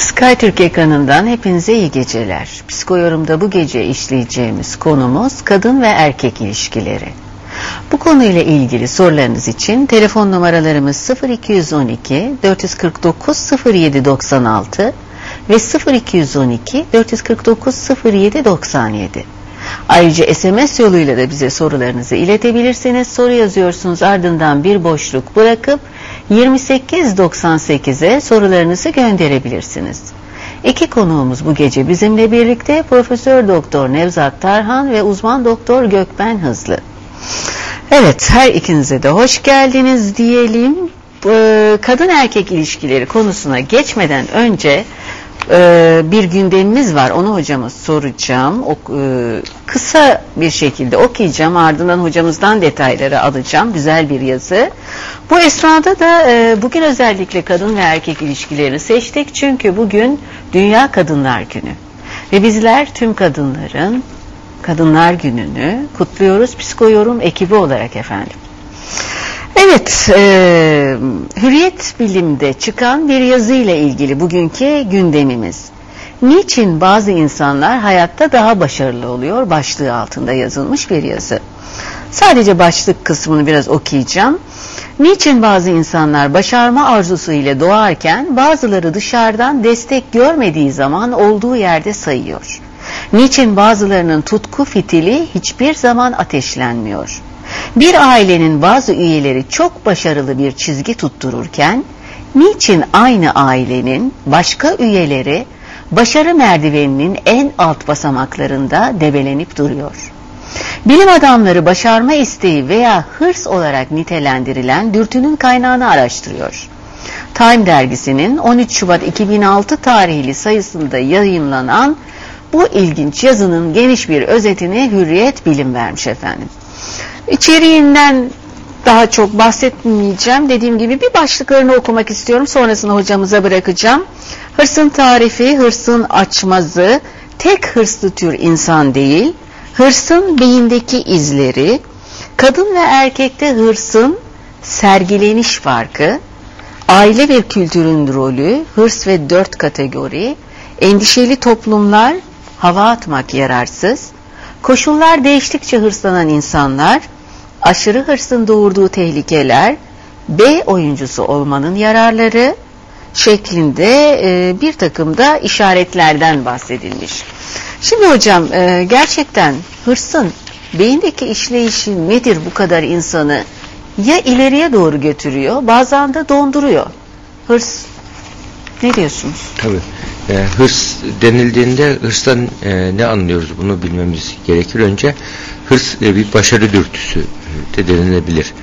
Sky Türk ekranından hepinize iyi geceler. Psikoyorum'da bu gece işleyeceğimiz konumuz kadın ve erkek ilişkileri. Bu konuyla ilgili sorularınız için telefon numaralarımız 0212 449 0796 ve 0212 449 0797. Ayrıca SMS yoluyla da bize sorularınızı iletebilirsiniz. Soru yazıyorsunuz, ardından bir boşluk bırakıp 2898'e sorularınızı gönderebilirsiniz. İki konuğumuz bu gece bizimle birlikte Profesör Doktor Nevzat Tarhan ve Uzman Doktor Gökben Hızlı. Evet, her ikinize de hoş geldiniz diyelim. Kadın erkek ilişkileri konusuna geçmeden önce bir gündemimiz var. Onu hocamız soracağım. Kısa bir şekilde okuyacağım. Ardından hocamızdan detayları alacağım. Güzel bir yazı. Bu esnada da bugün özellikle kadın ve erkek ilişkilerini seçtik. Çünkü bugün Dünya Kadınlar Günü. Ve bizler tüm kadınların Kadınlar Günü'nü kutluyoruz. Psikoyorum ekibi olarak efendim. Evet, Hürriyet Bilim'de çıkan bir yazıyla ilgili bugünkü gündemimiz. Niçin bazı insanlar hayatta daha başarılı oluyor? Başlığı altında yazılmış bir yazı. Sadece başlık kısmını biraz okuyacağım. Niçin bazı insanlar başarma arzusu ile doğarken bazıları dışarıdan destek görmediği zaman olduğu yerde sayıyor? Niçin bazılarının tutku fitili hiçbir zaman ateşlenmiyor? Bir ailenin bazı üyeleri çok başarılı bir çizgi tuttururken, niçin aynı ailenin başka üyeleri başarı merdiveninin en alt basamaklarında debelenip duruyor? Bilim adamları başarma isteği veya hırs olarak nitelendirilen dürtünün kaynağını araştırıyor. Time dergisinin 13 Şubat 2006 tarihli sayısında yayımlanan bu ilginç yazının geniş bir özetini Hürriyet Bilim vermiş efendim. İçeriğinden daha çok bahsetmeyeceğim. Dediğim gibi bir başlıklarını okumak istiyorum. Sonrasını hocamıza bırakacağım. Hırsın tarifi, hırsın açmazı, tek hırslı tür insan değil, hırsın beyindeki izleri, kadın ve erkekte hırsın sergileniş farkı, aile ve kültürün rolü, hırs ve 4 kategori, endişeli toplumlar, hava atmak yararsız, koşullar değiştikçe hırslanan insanlar, aşırı hırsın doğurduğu tehlikeler, B oyuncusu olmanın yararları şeklinde bir takım da işaretlerden bahsedilmiş. Şimdi hocam gerçekten hırsın beyindeki işleyişi nedir, bu kadar insanı ya ileriye doğru götürüyor, bazen de donduruyor? Hırs, ne diyorsunuz? Tabii. Hırs denildiğinde hırstan ne anlıyoruz, bunu bilmemiz gerekir. Önce hırs bir başarı dürtüsü de denilebilir.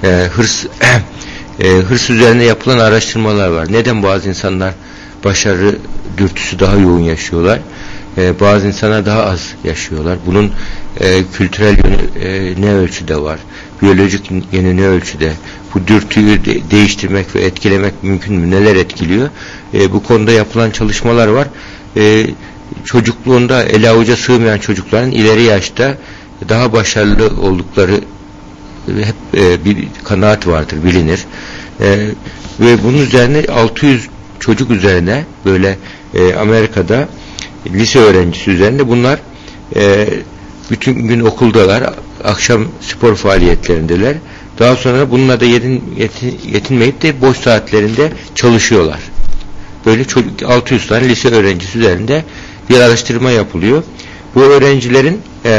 Hırs üzerine yapılan araştırmalar var. Neden bazı insanlar başarı dürtüsü daha yoğun yaşıyorlar? Bazı insanlar daha az yaşıyorlar. Bunun kültürel yönü ne ölçüde var? Biyolojik yönü ne ölçüde? Bu dürtüyü değiştirmek ve etkilemek mümkün mü? Neler etkiliyor? Bu konuda yapılan çalışmalar var. Çocukluğunda ele avuca sığmayan çocukların ileri yaşta daha başarılı oldukları hep bir kanaat vardır, bilinir. Ve bunun üzerine 600 çocuk üzerine böyle Amerika'da lise öğrencisi üzerinde bunlar bütün gün okuldalar, akşam spor faaliyetlerindeler. Daha sonra bununla da yetinmeyip de boş saatlerinde çalışıyorlar. Böyle 600 tane lise öğrencisi üzerinde bir araştırma yapılıyor. Bu öğrencilerin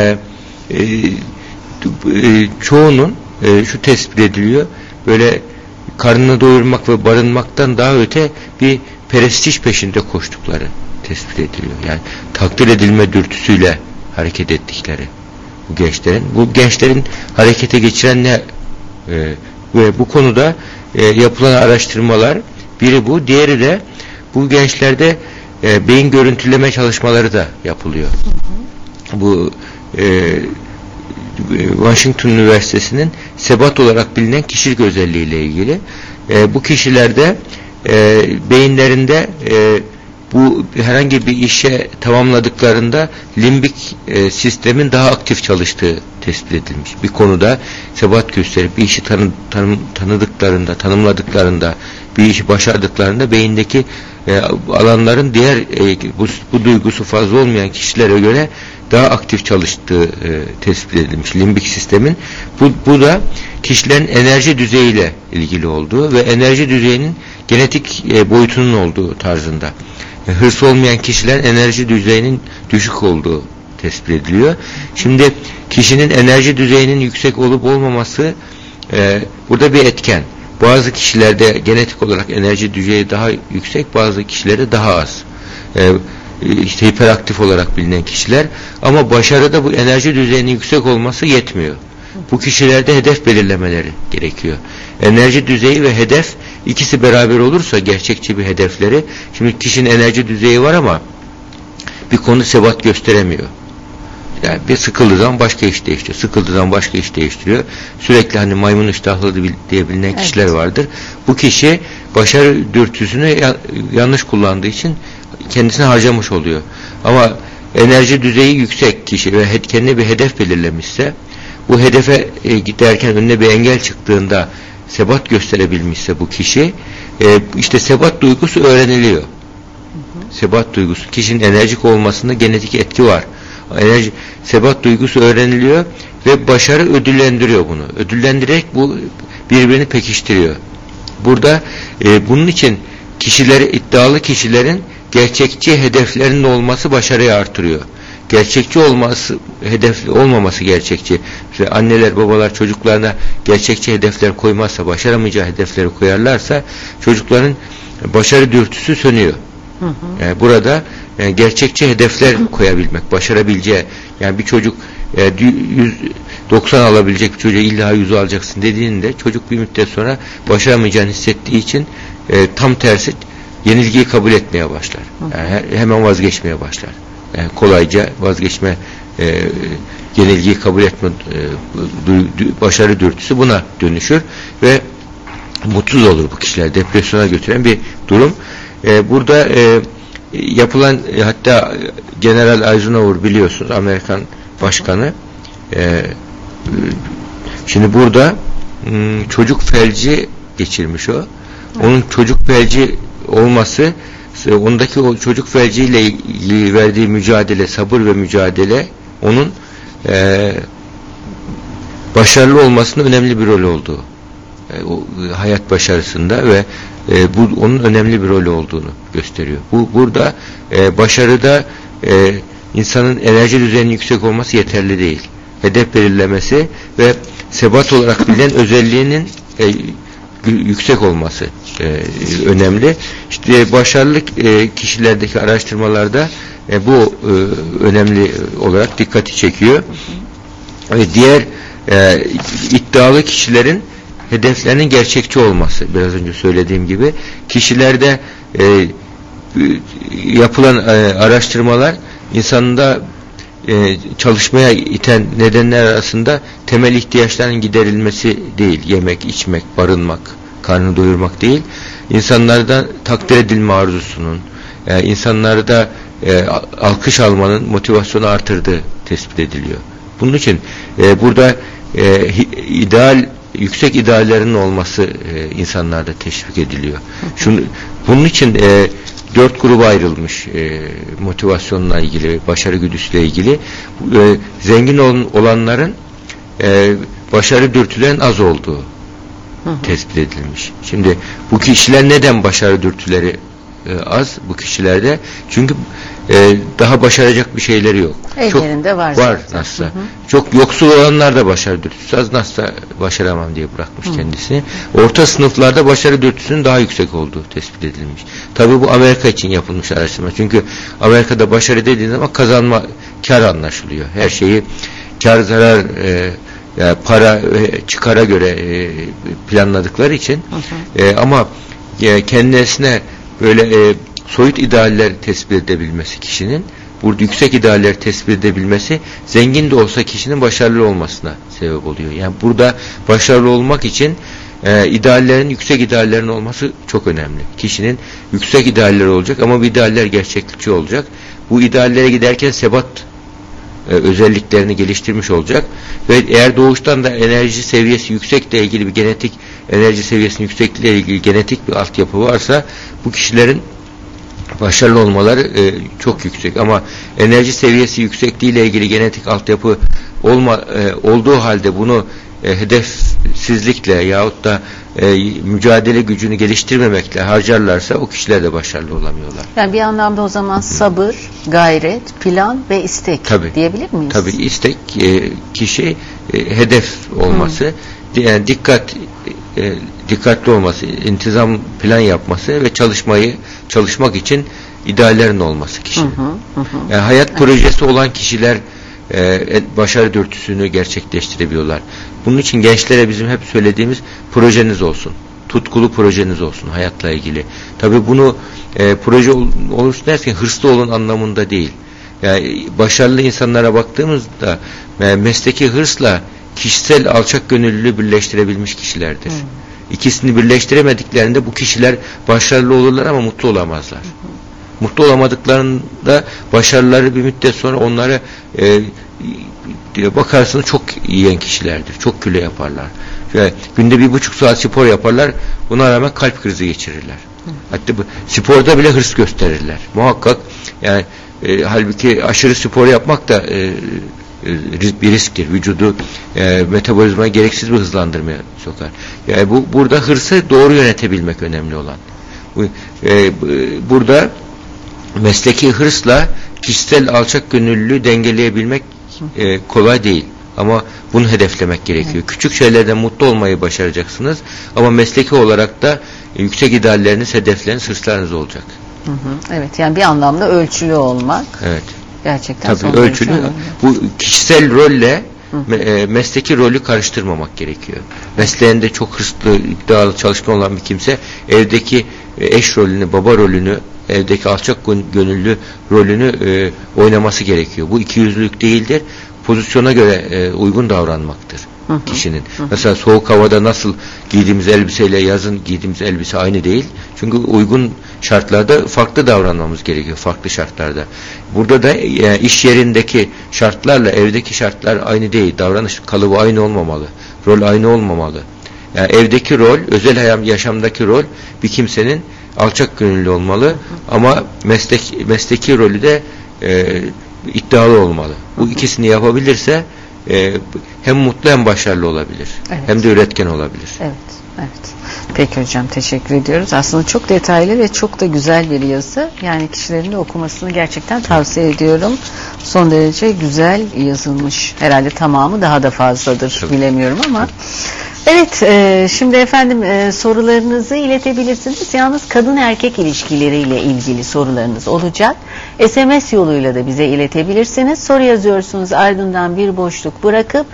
çoğunun şu tespit ediliyor, böyle karnını doyurmak ve barınmaktan daha öte bir prestij peşinde koştukları tespit ediliyor. Yani takdir edilme dürtüsüyle hareket ettikleri bu gençlerin harekete geçiren ne? Ve bu konuda yapılan araştırmalar, biri bu, diğeri de bu gençlerde beyin görüntüleme çalışmaları da yapılıyor. Bu Washington Üniversitesi'nin sebat olarak bilinen kişilik özelliğiyle ilgili. Bu kişilerde beyinlerinde bu herhangi bir işe tamamladıklarında limbik sistemin daha aktif çalıştığı tespit edilmiş. Bir konuda sebat gösterip bir işi tanıdıklarında, tanımladıklarında, bir işi başardıklarında beyindeki alanların diğer bu duygusu fazla olmayan kişilere göre daha aktif çalıştığı tespit edilmiş limbik sistemin. Bu da kişilerin enerji düzeyiyle ilgili olduğu ve enerji düzeyinin genetik boyutunun olduğu tarzında. Hırs olmayan kişilerin enerji düzeyinin düşük olduğu tespit ediliyor. Şimdi kişinin enerji düzeyinin yüksek olup olmaması burada bir etken. Bazı kişilerde genetik olarak enerji düzeyi daha yüksek, bazı kişilerde daha az. İşte hiperaktif olarak bilinen kişiler, ama başarıda bu enerji düzeyinin yüksek olması yetmiyor. Bu kişilerde hedef belirlemeleri gerekiyor. Enerji düzeyi ve hedef ikisi beraber olursa gerçekçi bir hedefleri, şimdi kişinin enerji düzeyi var ama bir konu sebat gösteremiyor. Yani bir sıkıldığı zaman başka iş değiştiriyor. Sıkıldığı zaman başka iş değiştiriyor. Sürekli hani maymun iştahlı diye bilinen kişiler vardır. Bu kişi başarı dürtüsünü yanlış kullandığı için kendisine harcamış oluyor. Ama enerji düzeyi yüksek kişi ve kendine bir hedef belirlemişse, bu hedefe giderken önüne bir engel çıktığında sebat gösterebilmişse bu kişi, işte sebat duygusu öğreniliyor. Sebat duygusu, kişinin enerjik olmasında genetik etki var. Sebat duygusu öğreniliyor ve başarı ödüllendiriyor bunu. Ödüllendirerek bu birbirini pekiştiriyor. Burada bunun için iddialı kişilerin gerçekçi hedeflerinin olması başarıyı artırıyor. Gerçekçi olmaması gerçekçi. İşte anneler, babalar çocuklarına gerçekçi hedefler koymazsa, başaramayacağı hedefleri koyarlarsa çocukların başarı dürtüsü sönüyor. Yani burada gerçekçi hedefler koyabilmek, başarabileceği, yani bir çocuk 90 alabilecek bir çocuğa illa 100 alacaksın dediğinde çocuk bir müddet sonra başaramayacağını hissettiği için tam tersi yenilgiyi kabul etmeye başlar. Yani hemen vazgeçmeye başlar. Yani kolayca vazgeçme, yenilgiyi kabul etme başarı dürtüsü buna dönüşür ve mutsuz olur bu kişiler. Depresyona götüren bir durum. Burada yapılan, hatta General Eisenhower biliyorsunuz, Amerikan başkanı, şimdi burada çocuk felci geçirmiş o. Onun çocuk felci olması, ondaki o çocuk felciyle ilgili verdiği mücadele, sabır ve mücadele onun başarılı olmasının önemli bir rol olduğu, o hayat başarısında ve bu onun önemli bir rol olduğunu gösteriyor. Burada başarıda insanın enerji düzeyinin yüksek olması yeterli değil. Hedef belirlemesi ve sebat olarak bilinen özelliğinin yüksek olması önemli. İşte başarılı kişilerdeki araştırmalarda bu önemli olarak dikkati çekiyor. Diğer iddialı kişilerin hedeflerinin gerçekçi olması, biraz önce söylediğim gibi, kişilerde yapılan araştırmalar insanda çalışmaya iten nedenler arasında temel ihtiyaçların giderilmesi değil, yemek, içmek, barınmak, karnını doyurmak değil, insanlarda takdir edilme arzusunun, insanlarda alkış almanın motivasyonu artırdığı tespit ediliyor. Bunun için burada yüksek ideallerinin olması insanlarda teşvik ediliyor. Bunun için 4 gruba ayrılmış motivasyonla ilgili, başarı güdüsüyle ilgili. Zengin olanların başarı dürtülerin az olduğu tespit edilmiş. Şimdi bu kişiler neden başarı dürtüleri az bu kişilerde? Çünkü daha başaracak bir şeyleri yok. Ellerinde var nasılsa. Çok yoksul olanlar da başarı dürtüsü az, nasılsa başaramam diye bırakmış kendisini. Orta sınıflarda başarı dürtüsünün daha yüksek olduğu tespit edilmiş. Tabii bu Amerika için yapılmış araştırma. Çünkü Amerika'da başarı dediğiniz zaman kazanma, kar anlaşılıyor. Her şeyi kar, zarar, yani para ve çıkara göre planladıkları için ama kendisine böyle soyut idealler tespit edebilmesi kişinin, burada yüksek idealler tespit edebilmesi zengin de olsa kişinin başarılı olmasına sebep oluyor. Yani burada başarılı olmak için yüksek ideallerin olması çok önemli. Kişinin yüksek idealleri olacak ama bu idealler gerçekçi olacak. Bu ideallere giderken sebat özelliklerini geliştirmiş olacak ve eğer doğuştan da enerji seviyesi yüksekle ilgili bir genetik, enerji seviyesinin yüksekliğiyle ilgili genetik bir altyapı varsa bu kişilerin başarılı olmaları çok yüksek. Ama enerji seviyesi yüksekliğiyle ilgili genetik altyapı olduğu halde bunu hedefsizlikle yahut da mücadele gücünü geliştirmemekle harcarlarsa o kişiler de başarılı olamıyorlar. Yani bir anlamda o zaman sabır, gayret, plan ve istek diyebilir miyiz? Tabii istek, kişi hedef olması, yani dikkatli olması, intizam plan yapması ve çalışmak için ideallerin olması kişinin. Yani hayat projesi olan kişiler başarı dürtüsünü gerçekleştirebiliyorlar. Bunun için gençlere bizim hep söylediğimiz projeniz olsun. Tutkulu projeniz olsun hayatla ilgili. Tabii bunu proje olursun derken hırslı olun anlamında değil. Yani başarılı insanlara baktığımızda mesleki hırsla kişisel alçak gönüllülüğü birleştirebilmiş kişilerdir. İkisini birleştiremediklerinde bu kişiler başarılı olurlar ama mutlu olamazlar. Mutlu olamadıklarında başarıları bir müddet sonra onları bakarsınız çok yiyen kişilerdir. Çok kilo yaparlar. Günde 1,5 saat spor yaparlar. Buna rağmen kalp krizi geçirirler. Hatta sporda bile hırs gösterirler. Muhakkak yani halbuki aşırı spor yapmak da bir risktir. Vücudu metabolizmayı gereksiz bir hızlandırmaya sokar. Yani burada hırsı doğru yönetebilmek önemli olan. Burada mesleki hırsla kişisel alçak gönüllülüğü dengeleyebilmek kolay değil. Ama bunu hedeflemek gerekiyor. Küçük şeylerden mutlu olmayı başaracaksınız. Ama mesleki olarak da yüksek idealleriniz, hedefleriniz, hırslarınız olacak. Evet, yani bir anlamda ölçülü olmak. Evet. Gerçekten tabii ölçülü. Bu kişisel rolle mesleki rolü karıştırmamak gerekiyor. Mesleğinde çok hırslı, iddialı çalışkan olan bir kimse evdeki eş rolünü, baba rolünü, evdeki alçak gönüllü rolünü oynaması gerekiyor. Bu ikiyüzlülük değildir. Pozisyona göre uygun davranmaktır kişinin. Mesela soğuk havada nasıl giydiğimiz elbiseyle yazın giydiğimiz elbise aynı değil. Çünkü uygun şartlarda farklı davranmamız gerekiyor. Farklı şartlarda. Burada da iş yerindeki şartlarla evdeki şartlar aynı değil. Davranış kalıbı aynı olmamalı. Rol aynı olmamalı. Yani evdeki rol, özel yaşamdaki rol bir kimsenin alçak gönüllü olmalı. Ama mesleki rolü de iddialı olmalı. Bu ikisini yapabilirse hem mutlu hem başarılı olabilir. Evet. Hem de üretken olabilir. Evet. Peki hocam, teşekkür ediyoruz. Aslında çok detaylı ve çok da güzel bir yazı. Yani kişilerin de okumasını gerçekten tavsiye ediyorum. Son derece güzel yazılmış. Herhalde tamamı daha da fazladır. Tabii. Bilemiyorum ama. Evet, şimdi efendim sorularınızı iletebilirsiniz. Yalnız kadın erkek ilişkileriyle ilgili sorularınız olacak. SMS yoluyla da bize iletebilirsiniz. Soru yazıyorsunuz, ardından bir boşluk bırakıp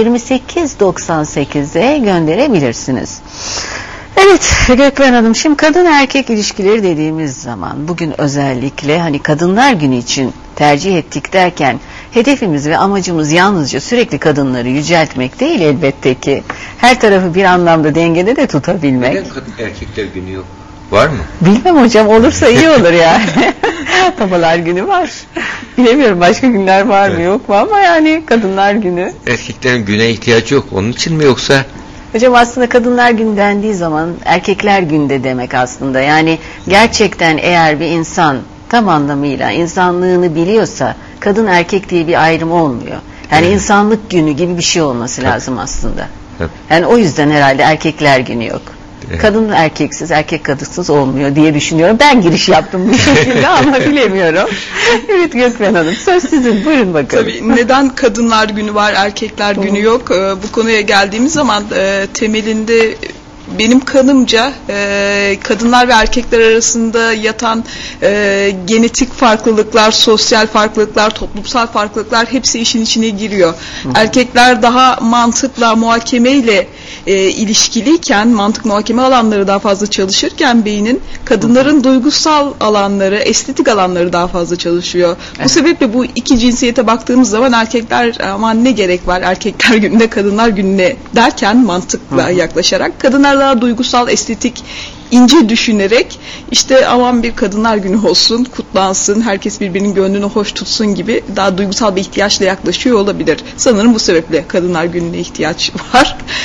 2898'e gönderebilirsiniz. Evet Gökben Hanım, şimdi kadın erkek ilişkileri dediğimiz zaman bugün özellikle hani Kadınlar Günü için tercih ettik derken hedefimiz ve amacımız yalnızca sürekli kadınları yüceltmek değil elbette ki. Her tarafı bir anlamda dengede de tutabilmek. Neden kadın erkekler günü yok? Var mı? Bilmem hocam, olursa iyi olur yani. Babalar günü var. Bilemiyorum başka günler var mı yok mu ama yani Kadınlar Günü. Erkeklerin güne ihtiyacı yok. Onun için mi yoksa? Hocam aslında Kadınlar Günü dendiği zaman erkekler günde demek aslında. Yani gerçekten eğer bir insan tam anlamıyla insanlığını biliyorsa kadın erkek diye bir ayrım olmuyor. Yani insanlık günü gibi bir şey olması lazım aslında. Yani o yüzden herhalde erkekler günü yok. Kadın erkeksiz, erkek kadınsız olmuyor diye düşünüyorum. Ben giriş yaptım bu şekilde ama bilemiyorum. Evet Gökben Hanım, söz sizin. Buyurun bakalım. Tabii, neden Kadınlar Günü var, erkekler günü yok? Bu konuya geldiğimiz zaman temelinde benim kanımca kadınlar ve erkekler arasında yatan genetik farklılıklar, sosyal farklılıklar, toplumsal farklılıklar hepsi işin içine giriyor. Erkekler daha mantıkla, muhakemeyle ilişkiliyken, mantık muhakeme alanları daha fazla çalışırken beynin, kadınların duygusal alanları, estetik alanları daha fazla çalışıyor. Bu sebeple bu iki cinsiyete baktığımız zaman erkekler aman ne gerek var erkekler gününe, kadınlar gününe derken mantıkla yaklaşarak, kadınlar daha duygusal, estetik, ince düşünerek işte aman bir kadınlar günü olsun, kutlansın, herkes birbirinin gönlünü hoş tutsun gibi daha duygusal bir ihtiyaçla yaklaşıyor olabilir. Sanırım bu sebeple kadınlar gününe ihtiyaç var.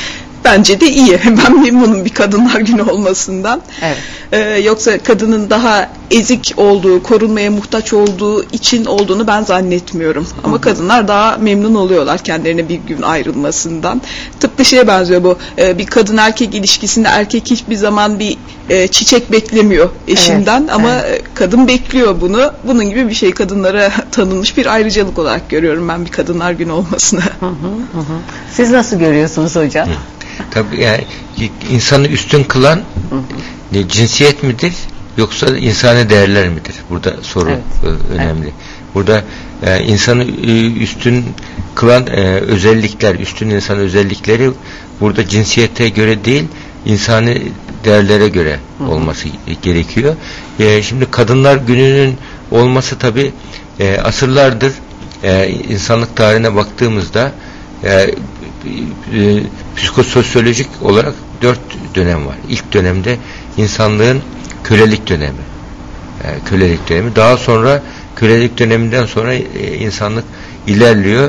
Bence de iyi. Ben memnunum bir Kadınlar Günü olmasından. Evet. Yoksa kadının daha ezik olduğu, korunmaya muhtaç olduğu için olduğunu ben zannetmiyorum. Ama kadınlar daha memnun oluyorlar kendilerine bir gün ayrılmasından. Tıpkı şeye benziyor bu. Bir kadın erkek ilişkisinde erkek hiçbir zaman bir çiçek beklemiyor eşinden, ama kadın bekliyor bunu. Bunun gibi bir şey, kadınlara tanınmış bir ayrıcalık olarak görüyorum ben bir Kadınlar Günü olmasını. Siz nasıl görüyorsunuz hocam? Tabii yani insanı üstün kılan cinsiyet midir yoksa insani değerler midir? Burada soru önemli. Evet. Burada insanı üstün kılan özellikler, üstün insan özellikleri burada cinsiyete göre değil, insani değerlere göre olması gerekiyor. Şimdi Kadınlar Günü'nün olması tabii asırlardır insanlık tarihine baktığımızda psikososyolojik olarak 4 dönem var. İlk dönemde insanlığın kölelik dönemi. Kölelik dönemi. Daha sonra kölelik döneminden sonra insanlık ilerliyor.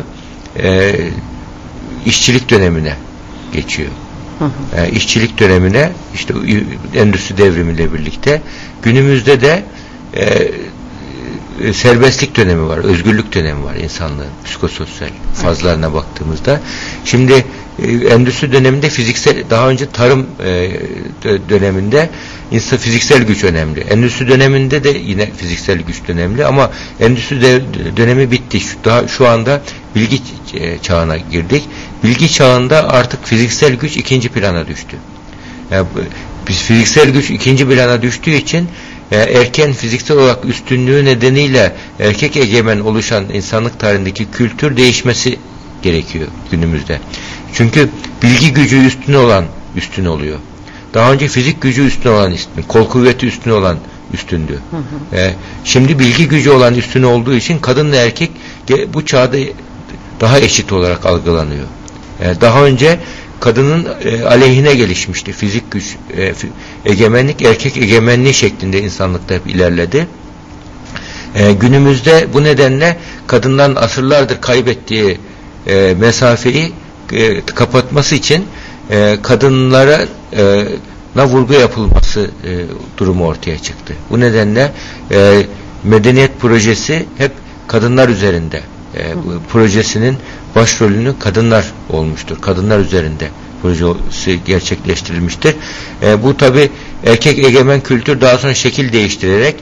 İşçilik dönemine geçiyor. İşçilik dönemine, işte endüstri devrimiyle birlikte günümüzde de serbestlik dönemi var, özgürlük dönemi var insanlığın psikososyal fazlarına baktığımızda. Şimdi endüstri döneminde fiziksel, daha önce tarım döneminde insan fiziksel güç önemli. Endüstri döneminde de yine fiziksel güç önemli, ama endüstri dönemi bitti. Şu anda bilgi çağına girdik. Bilgi çağında artık fiziksel güç ikinci plana düştü. Yani biz fiziksel güç ikinci plana düştüğü için erken fiziksel olarak üstünlüğü nedeniyle erkek egemen oluşan insanlık tarihindeki kültür değişmesi gerekiyor günümüzde. Çünkü bilgi gücü üstün oluyor. Daha önce fizik gücü üstün olan üstün, kol kuvveti üstün olan üstündü. Şimdi bilgi gücü olan üstün olduğu için kadınla erkek bu çağda daha eşit olarak algılanıyor. Daha önce kadının aleyhine gelişmişti fizik güç, egemenlik, erkek egemenliği şeklinde insanlıkta hep ilerledi. Günümüzde bu nedenle kadınların asırlardır kaybettiği mesafeyi kapatması için kadınlara vurgu yapılması durumu ortaya çıktı. Bu nedenle medeniyet projesi hep kadınlar üzerinde. Bu projesinin başrolünü kadınlar olmuştur. Kadınlar üzerinde projesi gerçekleştirilmiştir. Bu tabi erkek egemen kültür daha sonra şekil değiştirerek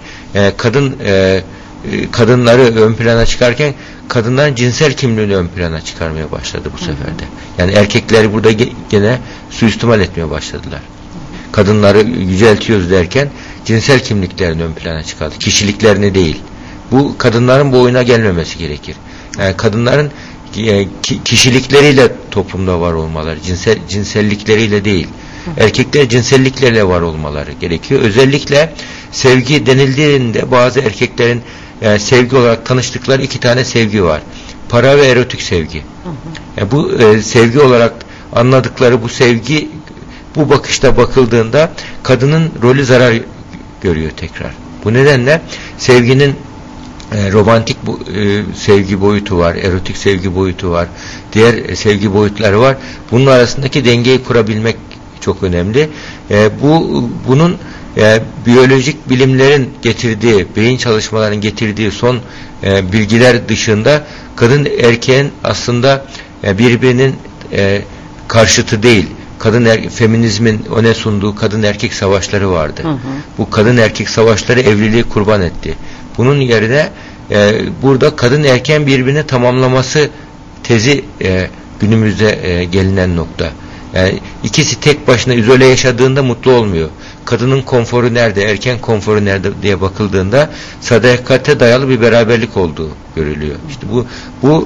kadınları ön plana çıkarken kadınların cinsel kimliğini ön plana çıkarmaya başladı bu seferde. Yani erkekleri burada gene suistimal etmeye başladılar. Kadınları yüceltiyoruz derken cinsel kimliklerini ön plana çıkardı. Kişiliklerini değil. Bu kadınların boyuna gelmemesi gerekir. Yani kadınların kişilikleriyle toplumda var olmaları, cinsellikleriyle değil. Erkekler cinsellikleriyle var olmaları gerekiyor. Özellikle sevgi denildiğinde bazı erkeklerin sevgi olarak tanıştıkları 2 tane sevgi var. Para ve erotik sevgi. Yani bu sevgi olarak anladıkları bu sevgi, bu bakışta bakıldığında kadının rolü zarar görüyor tekrar. Bu nedenle sevginin romantik sevgi boyutu var, erotik sevgi boyutu var, diğer sevgi boyutları var. Bunun arasındaki dengeyi kurabilmek çok önemli. Bunun biyolojik bilimlerin getirdiği, beyin çalışmalarının getirdiği son bilgiler dışında kadın erkeğin aslında birbirinin karşıtı değil. Feminizmin öne sunduğu kadın erkek savaşları vardı. Bu kadın erkek savaşları evliliği kurban etti. Bunun yerine burada kadın erkeğin birbirini tamamlaması tezi günümüzde gelinen nokta. Yani ikisi tek başına izole yaşadığında mutlu olmuyor. Kadının konforu nerede, erkeğin konforu nerede diye bakıldığında sadakate dayalı bir beraberlik olduğu görülüyor. İşte bu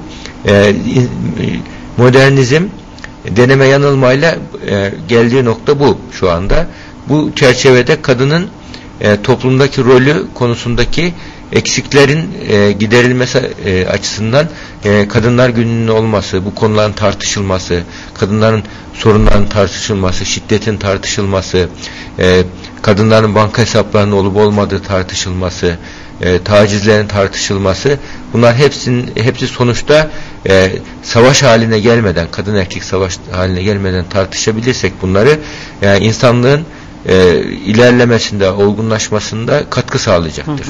modernizm deneme yanılmayla geldiği nokta bu şu anda. Bu çerçevede kadının toplumdaki rolü konusundaki eksiklerin giderilmesi açısından Kadınlar Günü'nün olması, bu konuların tartışılması, kadınların sorunlarının tartışılması, şiddetin tartışılması, kadınların banka hesaplarının olup olmadığı tartışılması, tacizlerin tartışılması, bunlar hepsi sonuçta savaş haline gelmeden, kadın erkek savaş haline gelmeden tartışabilirsek bunları, yani insanlığın ilerlemesinde, olgunlaşmasında katkı sağlayacaktır.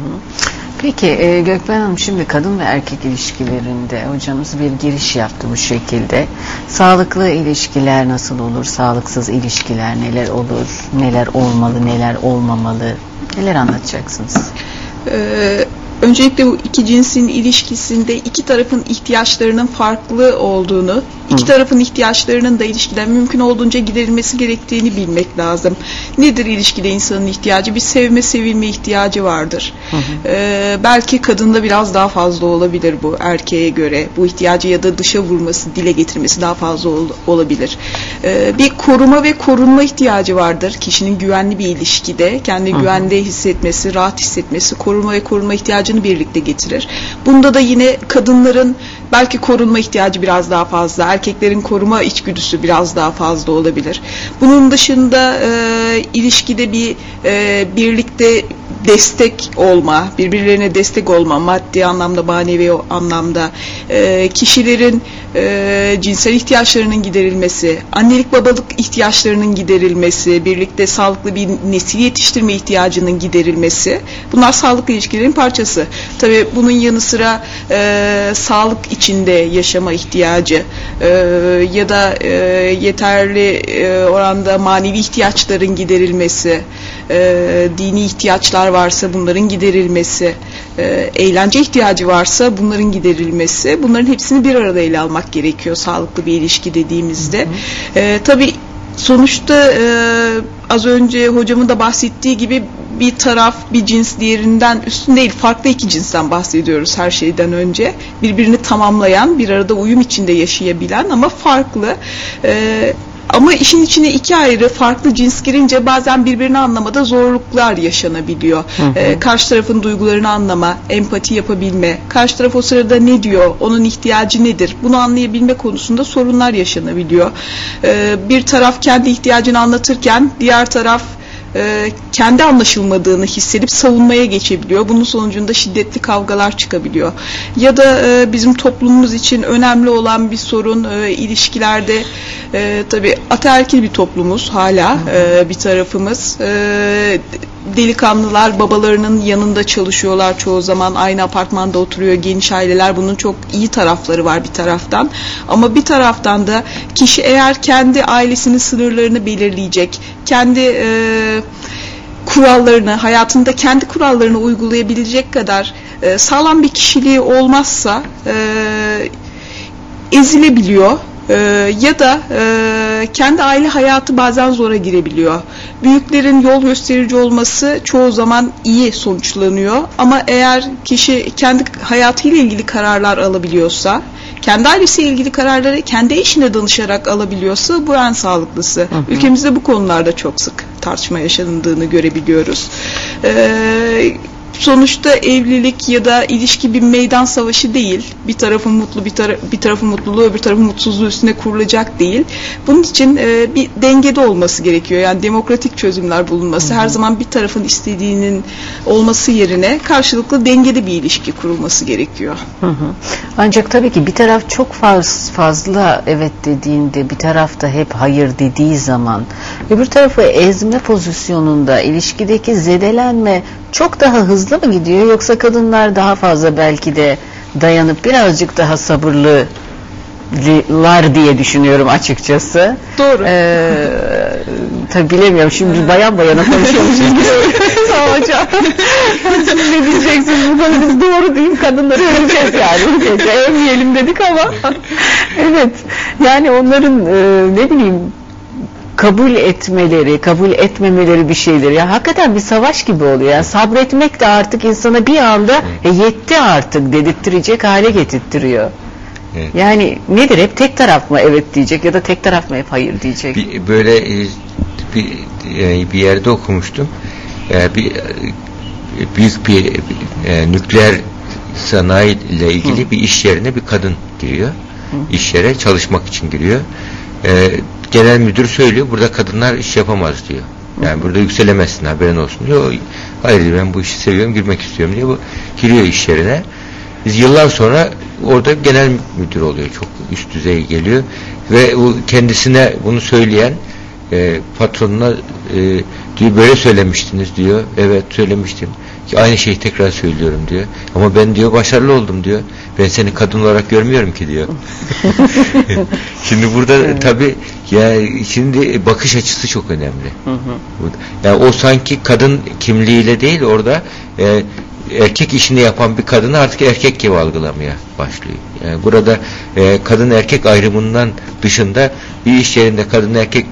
Peki Gökben Hanım, şimdi kadın ve erkek ilişkilerinde hocamız bir giriş yaptı bu şekilde. Sağlıklı ilişkiler nasıl olur? Sağlıksız ilişkiler neler olur? Neler olmalı, neler olmamalı? Neler anlatacaksınız? Öncelikle bu iki cinsin ilişkisinde iki tarafın ihtiyaçlarının farklı olduğunu, iki tarafın ihtiyaçlarının da ilişkiden mümkün olduğunca giderilmesi gerektiğini bilmek lazım. Nedir ilişkide insanın ihtiyacı? Bir sevme, sevilme ihtiyacı vardır. Belki kadında biraz daha fazla olabilir bu erkeğe göre. Bu ihtiyacı ya da dışa vurması, dile getirmesi daha fazla olabilir. Bir koruma ve korunma ihtiyacı vardır. Kişinin güvenli bir ilişkide kendi güvende hissetmesi, rahat hissetmesi, koruma ve korunma ihtiyacını birlikte getirir. Bunda da yine kadınların belki korunma ihtiyacı biraz daha fazla, erkeklerin koruma içgüdüsü biraz daha fazla olabilir. Bunun dışında ilişkide birlikte destek olma, birbirlerine destek olma, maddi anlamda, manevi anlamda, kişilerin cinsel ihtiyaçlarının giderilmesi, annelik babalık ihtiyaçlarının giderilmesi, birlikte sağlıklı bir nesil yetiştirme ihtiyacının giderilmesi, bunlar sağlıklı ilişkilerin parçası. Tabii bunun yanı sıra sağlık içinde yaşama ihtiyacı ya da yeterli oranda manevi ihtiyaçların giderilmesi, dini ihtiyaçlar varsa bunların giderilmesi, eğlence ihtiyacı varsa bunların giderilmesi, bunların hepsini bir arada ele almak gerekiyor sağlıklı bir ilişki dediğimizde. Tabii sonuçta az önce hocamın da bahsettiği gibi bir taraf bir cins diğerinden üstün değil, farklı iki cinsten bahsediyoruz her şeyden önce. Birbirini tamamlayan, bir arada uyum içinde yaşayabilen ama farklı. Ama işin içine iki ayrı farklı cins girince bazen birbirini anlamada zorluklar yaşanabiliyor. Karşı tarafın duygularını anlama, empati yapabilme, karşı taraf o sırada ne diyor, onun ihtiyacı nedir, bunu anlayabilme konusunda sorunlar yaşanabiliyor. Bir taraf kendi ihtiyacını anlatırken diğer taraf kendi anlaşılmadığını hissedip savunmaya geçebiliyor. Bunun sonucunda şiddetli kavgalar çıkabiliyor. Ya da bizim toplumumuz için önemli olan bir sorun ilişkilerde, tabii ataerkil bir toplumuz hala bir tarafımız. Delikanlılar babalarının yanında çalışıyorlar çoğu zaman, aynı apartmanda oturuyor, geniş aileler, bunun çok iyi tarafları var bir taraftan. Ama bir taraftan da kişi eğer kendi ailesinin sınırlarını belirleyecek, kendi kurallarını, hayatında kendi kurallarını uygulayabilecek kadar sağlam bir kişiliği olmazsa ezilebiliyor. Ya da kendi aile hayatı bazen zora girebiliyor. Büyüklerin yol gösterici olması çoğu zaman iyi sonuçlanıyor. Ama eğer kişi kendi hayatıyla ilgili kararlar alabiliyorsa, kendi ailesiyle ilgili kararları kendi eşine danışarak alabiliyorsa bu en sağlıklısı. Ülkemizde bu konularda çok sık tartışma yaşandığını görebiliyoruz. Sonuçta evlilik ya da ilişki bir meydan savaşı değil. Bir tarafın mutlu, bir tarafın mutluluğu, öbür tarafın mutsuzluğu üstüne kurulacak değil. Bunun için bir dengede olması gerekiyor. Yani demokratik çözümler bulunması, her zaman bir tarafın istediğinin olması yerine karşılıklı dengede bir ilişki kurulması gerekiyor. Ancak tabii ki bir taraf çok fazla evet dediğinde, bir taraf da hep hayır dediği zaman, öbür tarafı ezme pozisyonunda ilişkideki zedelenme çok daha hızlı mı gidiyor, yoksa kadınlar daha fazla belki de dayanıp birazcık daha sabırlılar diye düşünüyorum açıkçası. Doğru. Tabii bilemiyorum, şimdi bayan bayana konuşuyormuşuz gibi. Sağ ol hocam. Siz ne diyeceksiniz bu konuda? Biz doğru diyeyim, kadınları öveceğiz yani. Övmeyelim dedik ama. Evet, yani onların ne bileyim kabul etmeleri, kabul etmemeleri bir şeydir. Ya hakikaten bir savaş gibi oluyor. Yani sabretmek de artık insana bir anda yetti artık dedirttirecek hale getirtiyor. Evet. Yani nedir? Hep tek taraf mı evet diyecek ya da tek taraf mı hep hayır diyecek? Böyle bir yerde okumuştum. Büyük bir nükleer sanayi ile ilgili bir iş yerine bir kadın giriyor. İş yere çalışmak için giriyor. Genel müdür söylüyor, burada kadınlar iş yapamaz diyor. Yani burada yükselemezsin, haberin olsun diyor. Hayır diyor, ben bu işi seviyorum, girmek istiyorum diye bu giriyor iş yerine. Biz yıllar sonra orada genel müdür oluyor. Çok üst düzey geliyor ve o kendisine bunu söyleyen patronuna diyor, böyle söylemiştiniz diyor. Evet söylemiştim. Aynı şeyi tekrar söylüyorum diyor. Ama ben diyor başarılı oldum diyor. Ben seni kadın olarak görmüyorum ki diyor. Şimdi burada tabii yani şimdi bakış açısı çok önemli. Yani o sanki kadın kimliğiyle değil, orada erkek işini yapan bir kadını artık erkek gibi algılamaya başlıyor. Yani burada kadın erkek ayrımından dışında bir iş yerinde kadın erkek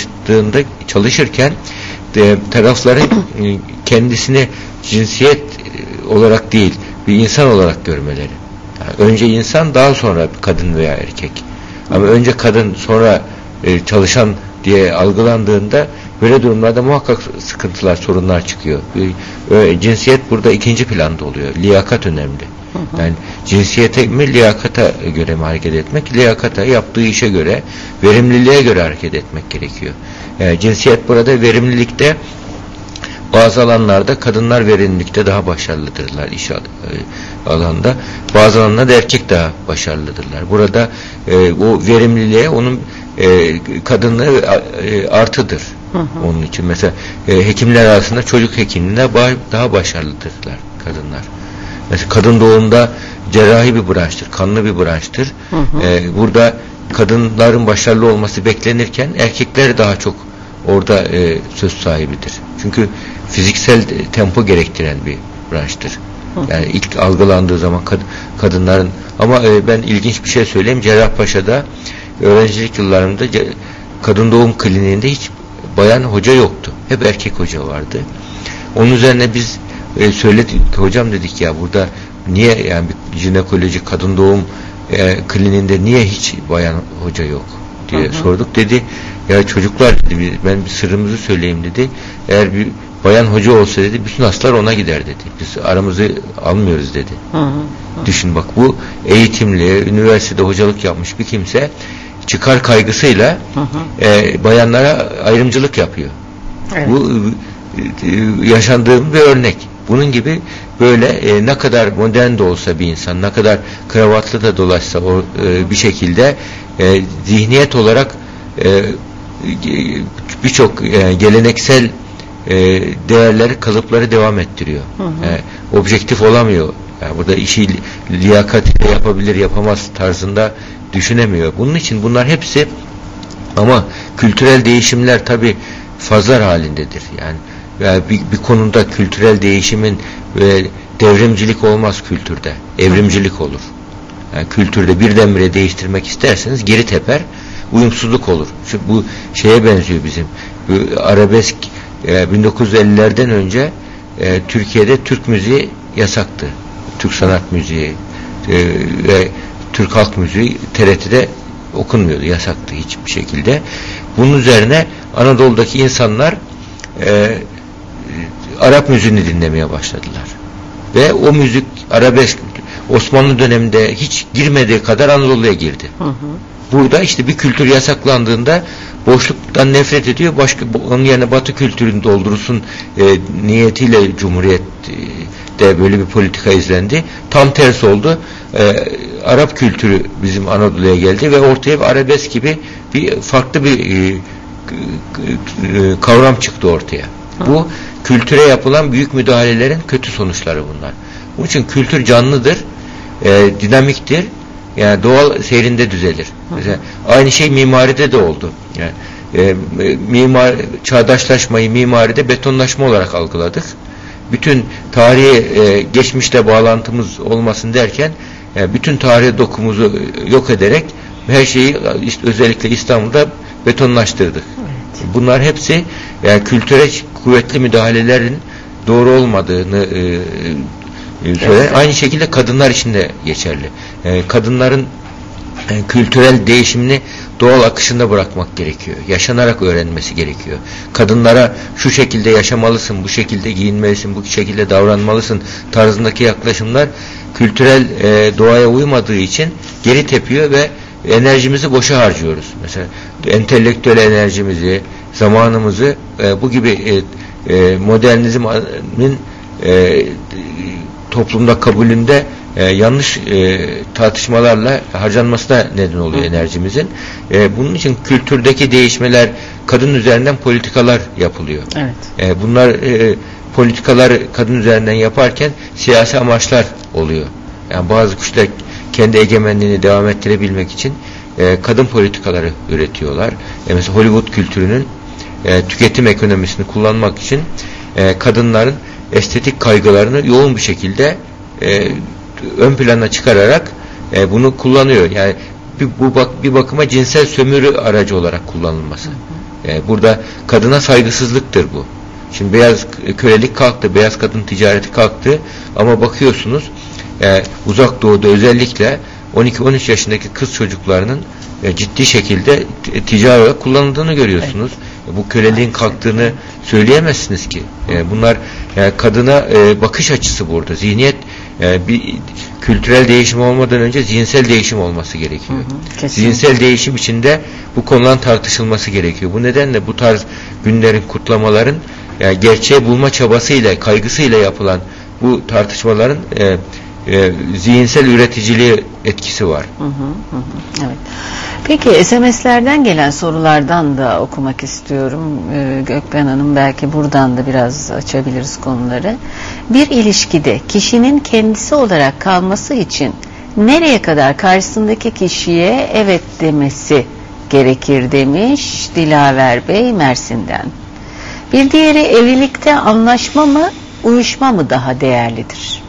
çalışırken tarafların kendisini cinsiyet olarak değil, bir insan olarak görmeleri. Yani önce insan, daha sonra kadın veya erkek. Ama önce kadın sonra çalışan diye algılandığında böyle durumlarda muhakkak sıkıntılar, sorunlar çıkıyor. Cinsiyet burada ikinci planda oluyor. Liyakat önemli. Yani cinsiyete mi, liyakata göre mi hareket etmek? Liyakata, yaptığı işe göre, verimliliğe göre hareket etmek gerekiyor. Yani cinsiyet burada verimlilikte, bazı alanlarda kadınlar verimlilikte daha başarılıdırlar iş alanda. Bazı alanlarda erkek daha başarılıdırlar. Burada o verimliliğe onun kadınlığı artıdır. Onun için mesela hekimler arasında çocuk hekimliğinde daha başarılıdırlar kadınlar. Mesela kadın doğumda cerrahi bir branştır, kanlı bir branştır. Burada kadınların başarılı olması beklenirken erkekler daha çok orada söz sahibidir. Çünkü fiziksel tempo gerektiren bir branştır. Yani ilk algılandığı zaman kadınların, ama ben ilginç bir şey söyleyeyim. Cerrahpaşa'da öğrencilik yıllarımda kadın doğum kliniğinde hiç bayan hoca yoktu. Hep erkek hoca vardı. Onun üzerine biz söyledik, hocam dedik ya, burada niye, yani bir jinekoloji kadın doğum kliniğinde niye hiç bayan hoca yok diye sorduk. Dedi ya çocuklar, dedi, ben bir sırrımızı söyleyeyim dedi. Eğer bir bayan hoca olsa dedi, bütün hastalar ona gider dedi. Biz aramızı almıyoruz dedi. Düşün bak, bu eğitimli, üniversitede hocalık yapmış bir kimse çıkar kaygısıyla bayanlara ayrımcılık yapıyor. Evet. Bu yaşandığım bir örnek. Bunun gibi böyle ne kadar modern de olsa bir insan, ne kadar kravatlı da dolaşsa bir şekilde zihniyet olarak birçok geleneksel değerleri, kalıpları devam ettiriyor. Objektif olamıyor. Yani burada işi liyakat yapabilir, yapamaz tarzında düşünemiyor. Bunun için bunlar hepsi, ama kültürel değişimler tabii fazlar halindedir. Yani bir konuda kültürel değişimin devrimcilik olmaz kültürde. Evrimcilik olur. Yani kültürde birdenbire değiştirmek isterseniz geri teper, uyumsuzluk olur. Bu şeye benziyor bizim. Bu arabesk 1950'lerden önce Türkiye'de Türk müziği yasaktı. Türk sanat müziği ve Türk halk müziği TRT'de okunmuyordu. Yasaktı hiçbir şekilde. Bunun üzerine Anadolu'daki insanlar Arap müziğini dinlemeye başladılar. Ve o müzik, arabesk, Osmanlı döneminde hiç girmediği kadar Anadolu'ya girdi. Burada işte bir kültür yasaklandığında boşluktan nefret ediyor. Onun yerine Batı kültürünü doldursun niyetiyle Cumhuriyet'te böyle bir politika izlendi. Tam tersi oldu. Arap kültürü bizim Anadolu'ya geldi ve ortaya bir arabesk gibi bir farklı bir kavram çıktı ortaya. Bu kültüre yapılan büyük müdahalelerin kötü sonuçları bunlar. Bunun için kültür canlıdır, dinamiktir. Yani doğal seyrinde düzelir. Mesela aynı şey mimaride de oldu. Yani çağdaşlaşmayı mimaride betonlaşma olarak algıladık. Bütün tarihi geçmişte bağlantımız olmasın derken bütün tarihi dokumuzu yok ederek her şeyi özellikle İstanbul'da betonlaştırdık. Evet. Bunlar hepsi yani kültüre kuvvetli müdahalelerin doğru olmadığını söyler. Aynı şekilde kadınlar için de geçerli. Kadınların kültürel değişimini doğal akışında bırakmak gerekiyor. Yaşanarak öğrenmesi gerekiyor. Kadınlara şu şekilde yaşamalısın, bu şekilde giyinmelisin, bu şekilde davranmalısın tarzındaki yaklaşımlar kültürel doğaya uymadığı için geri tepiyor ve enerjimizi boşa harcıyoruz. Mesela entelektüel enerjimizi, zamanımızı bu gibi modernizmin toplumda kabulünde yanlış tartışmalarla harcanmasına neden oluyor enerjimizin. Bunun için kültürdeki değişmeler, kadın üzerinden politikalar yapılıyor. Evet. Bunlar politikalar kadın üzerinden yaparken siyasi amaçlar oluyor. Yani bazı kişiler kendi egemenliğini devam ettirebilmek için kadın politikaları üretiyorlar. Mesela Hollywood kültürünün tüketim ekonomisini kullanmak için kadınların estetik kaygılarını yoğun bir şekilde ön plana çıkararak bunu kullanıyor. Yani bir bakıma cinsel sömürü aracı olarak kullanılması. Burada kadına saygısızlıktır bu. Şimdi beyaz kölelik kalktı, beyaz kadın ticareti kalktı ama bakıyorsunuz Uzak Doğu'da özellikle 12-13 yaşındaki kız çocuklarının ciddi şekilde ticari olarak kullanıldığını görüyorsunuz. Bu köleliğin kalktığını söyleyemezsiniz ki. Bunlar kadına bakış açısı burada. Zihniyet bir kültürel değişim olmadan önce zihinsel değişim olması gerekiyor. Zihinsel değişim içinde bu konuların tartışılması gerekiyor. Bu nedenle bu tarz günlerin, kutlamaların gerçeği bulma çabasıyla, kaygısıyla yapılan bu tartışmaların zihinsel üreticiliği etkisi var. Evet. Peki SMS'lerden gelen sorulardan da okumak istiyorum. Gökben Hanım, belki buradan da biraz açabiliriz konuları. Bir ilişkide kişinin kendisi olarak kalması için nereye kadar karşısındaki kişiye evet demesi gerekir demiş Dilaver Bey Mersin'den. Bir diğeri, evlilikte anlaşma mı, uyuşma mı daha değerlidir?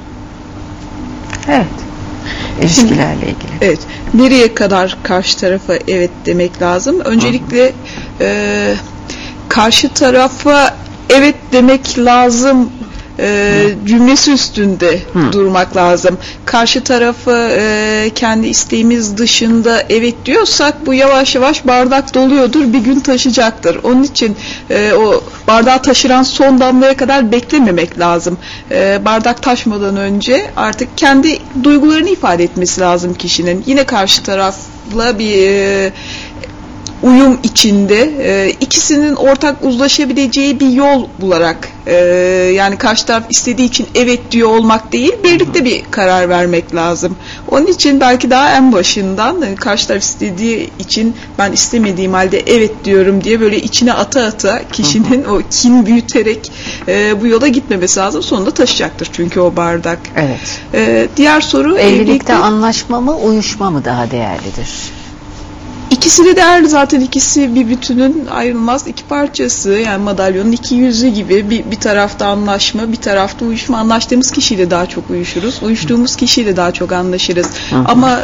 Evet. İlişkilerle ilgili. Evet. Nereye kadar karşı tarafa evet demek lazım? Öncelikle karşı tarafa evet demek lazım cümlesi üstünde durmak lazım. Karşı tarafı kendi isteğimiz dışında evet diyorsak bu yavaş yavaş bardak doluyordur, bir gün taşacaktır. Onun için o bardağı taşıran son damlaya kadar beklememek lazım. Bardak taşmadan önce artık kendi duygularını ifade etmesi lazım kişinin. Yine karşı tarafla bir uyum içinde ikisinin ortak uzlaşabileceği bir yol bularak yani karşı taraf istediği için evet diyor olmak değil, birlikte bir karar vermek lazım. Onun için belki daha en başından karşı taraf istediği için ben istemediğim halde evet diyorum diye böyle içine ata ata kişinin o kin büyüterek bu yola gitmemesi lazım. Sonunda taşacaktır çünkü o bardak. Evet. Diğer soru, evlilikte anlaşma mı, uyuşma mı daha değerlidir? İkisi de değerli zaten, ikisi bir bütünün ayrılmaz iki parçası, yani madalyonun iki yüzü gibi. Bir tarafta anlaşma, bir tarafta uyuşma. Anlaştığımız kişiyle daha çok uyuşuruz, uyuştuğumuz kişiyle daha çok anlaşırız. Ama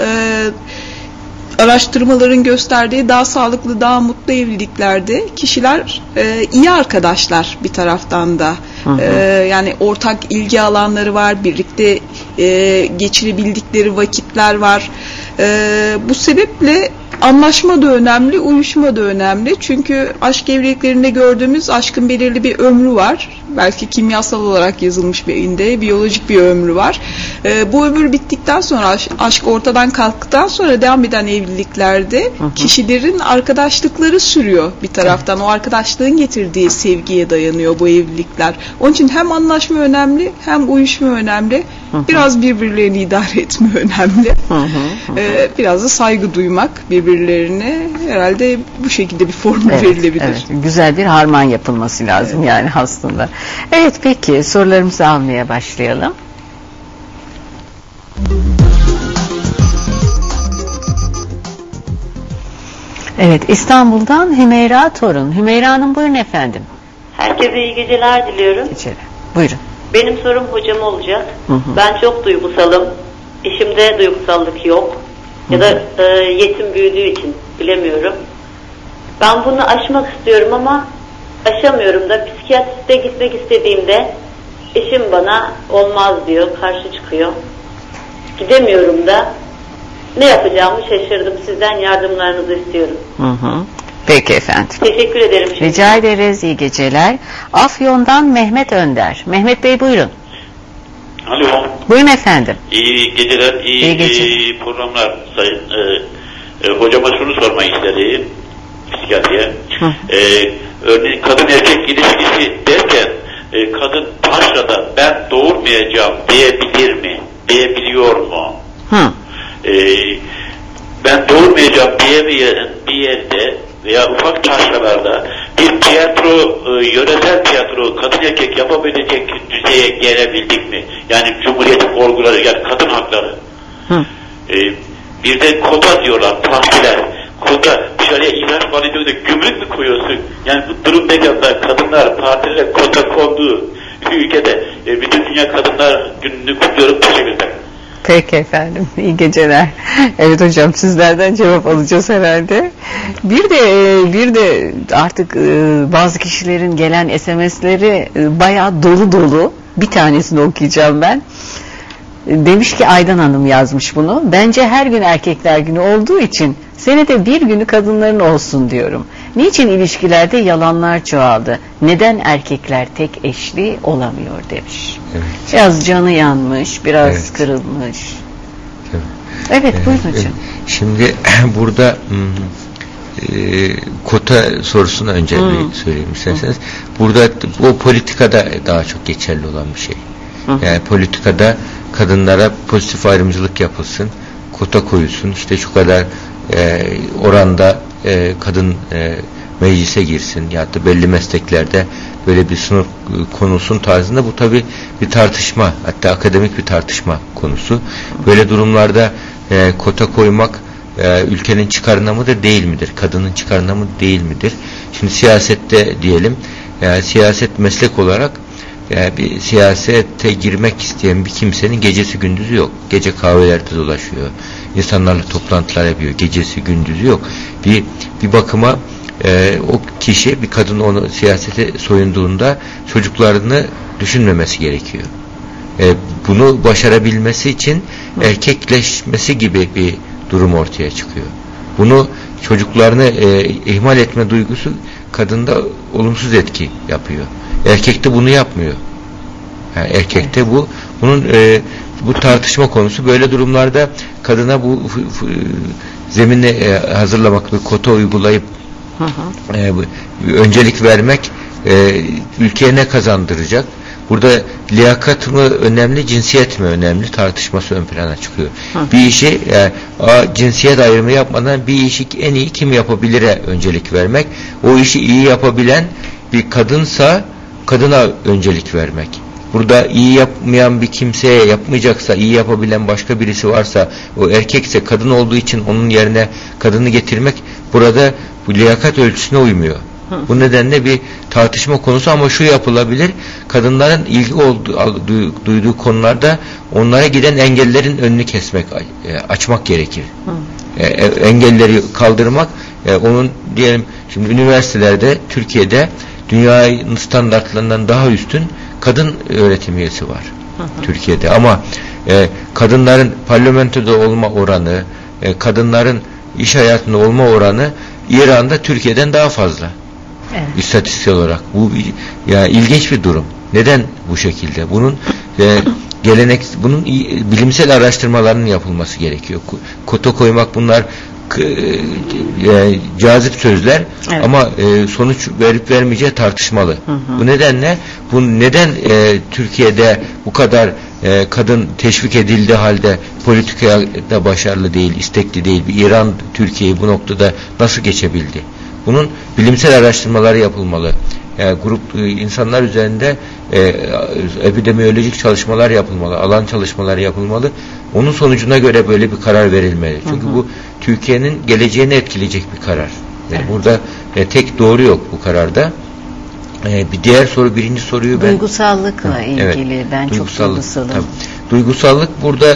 araştırmaların gösterdiği daha sağlıklı, daha mutlu evliliklerde kişiler iyi arkadaşlar bir taraftan da. Yani ortak ilgi alanları var, birlikte geçirebildikleri vakitler var. Bu sebeple anlaşma da önemli, uyuşma da önemli. Çünkü aşk evliliklerinde gördüğümüz aşkın belirli bir ömrü var. Belki kimyasal olarak yazılmış birinde, biyolojik bir ömrü var. Bu ömür bittikten sonra, aşk ortadan kalktıktan sonra devam eden evliliklerde kişilerin arkadaşlıkları sürüyor bir taraftan. O arkadaşlığın getirdiği sevgiye dayanıyor bu evlilikler. Onun için hem anlaşma önemli, hem uyuşma önemli. Biraz birbirlerini idare etme önemli. Biraz da saygı duymak birbirlerine, herhalde bu şekilde bir formül verilebilir. Evet, güzel bir harman yapılması lazım yani aslında. Evet, peki sorularımızı almaya başlayalım. Evet, İstanbul'dan Hümeyra Torun. Hümeyra Hanım, buyurun efendim. Herkese iyi geceler diliyorum. Geceler. Buyurun. Benim sorum hocam olacak. Ben çok duygusalım. Eşimde duygusallık yok. Ya da yetim büyüdüğü için bilemiyorum. Ben bunu aşmak istiyorum ama aşamıyorum da. Psikiyatriste gitmek istediğimde eşim bana olmaz diyor, karşı çıkıyor. Gidemiyorum da. Ne yapacağımı şaşırdım. Sizden yardımlarınızı istiyorum. Peki efendim. Teşekkür ederim. Rica ederiz. İyi geceler. Afyon'dan Mehmet Önder. Mehmet Bey, buyurun. Alo. Buyurun efendim. İyi geceler, iyi programlar sayın. Hocama şunu sormak istedim, psikiyatriye. örneğin kadın erkek ilişkisi derken kadın taşrada ben doğurmayacağım diyebilir mi? Diyebiliyor mu? Ben doğurmayacağım diyemeyen bir yerde veya ufak taşralarda bir tiyatro, yöresel tiyatro kadın erkek yapabilecek düzeye gelebildik mi? Yani Cumhuriyet olguları, yani kadın hakları. Bir de kota diyorlar, partiler. Kota, dışarıya ihraç falan ediyor da gümrük mü koyuyorsun? Yani bu durum ne kadar kadınlar partilere kota konduğu ülkede bütün dünya kadınlar gününü kutluyorum. Teşekkür ederim. Peki efendim, iyi geceler. Evet hocam, sizlerden cevap alacağız herhalde. Bir de artık bazı kişilerin gelen SMS'leri bayağı dolu dolu. Bir tanesini okuyacağım ben. Demiş ki, Aydan Hanım yazmış bunu. Bence her gün erkekler günü olduğu için senede bir günü kadınların olsun diyorum. Niçin ilişkilerde yalanlar çoğaldı? Neden erkekler tek eşli olamıyor demiş. Evet. Biraz canı yanmış, biraz kırılmış. Evet, buyurun hocam. Şimdi burada kota sorusunu önce bir söyleyeyim isterseniz. Burada o politikada daha çok geçerli olan bir şey. Yani politikada kadınlara pozitif ayrımcılık yapılsın, kota koyulsun, işte şu kadar oranda kadın meclise girsin ya da belli mesleklerde böyle bir sınır konulsun tarzında. Bu tabii bir tartışma, hatta akademik bir tartışma konusu. Böyle durumlarda kota koymak ülkenin çıkarına mıdır, değil midir? Kadının çıkarına mı, değil midir? Şimdi siyasette diyelim, siyaset meslek olarak bir siyasete girmek isteyen bir kimsenin gecesi gündüzü yok. Gece kahvelerde dolaşıyor. İnsanlarla toplantılar yapıyor. Gecesi gündüzü yok. Bir bakıma o kişi, bir kadın onu siyasete soyunduğunda çocuklarını düşünmemesi gerekiyor. Bunu başarabilmesi için erkekleşmesi gibi bir durum ortaya çıkıyor. Bunu çocuklarını ihmal etme duygusu kadında olumsuz etki yapıyor. Erkekte bunu yapmıyor. Yani erkekte bu tartışma konusu. Böyle durumlarda kadına bu zemini hazırlamak, bir kota uygulayıp öncelik vermek ülkeye ne kazandıracak? Burada liyakat mı önemli, cinsiyet mi önemli tartışması ön plana çıkıyor. Bir işi cinsiyet ayrımı yapmadan bir işi en iyi kim yapabilire öncelik vermek. O işi iyi yapabilen bir kadınsa kadına öncelik vermek. Burada iyi yapmayan bir kimseye, yapmayacaksa, iyi yapabilen başka birisi varsa, o erkekse, kadın olduğu için onun yerine kadını getirmek burada bu liyakat ölçüsüne uymuyor. Bu nedenle bir tartışma konusu, ama şu yapılabilir: kadınların ilgi duyduğu konularda onlara giden engellerin önünü kesmek, açmak gerekir. Engelleri kaldırmak, onun diyelim şimdi üniversitelerde Türkiye'de dünyanın standartlarından daha üstün kadın öğretim üyesi var Türkiye'de, ama kadınların parlamentoda olma oranı, kadınların iş hayatında olma oranı İran'da Türkiye'den daha fazla. Evet. İstatistik olarak bu yani ilginç bir durum. Neden bu şekilde? Bunun bunun bilimsel araştırmalarının yapılması gerekiyor. Kota koymak, bunlar cazip sözler, evet, ama sonuç verip vermeyeceği tartışmalı. Bu nedenle neden Türkiye'de bu kadar kadın teşvik edildiği halde politikada başarılı değil, istekli değil? Bir İran Türkiye'yi bu noktada nasıl geçebildi? Bunun bilimsel araştırmaları yapılmalı. Grup insanlar üzerinde epidemiyolojik çalışmalar yapılmalı, alan çalışmaları yapılmalı. Onun sonucuna göre böyle bir karar verilmeli. Çünkü bu Türkiye'nin geleceğini etkileyecek bir karar. Yani burada tek doğru yok bu kararda. Bir diğer soru, birinci soruyu ben... Duygusallıkla ilgili, evet, ben çok duygusalım. Tabii. Duygusallık burada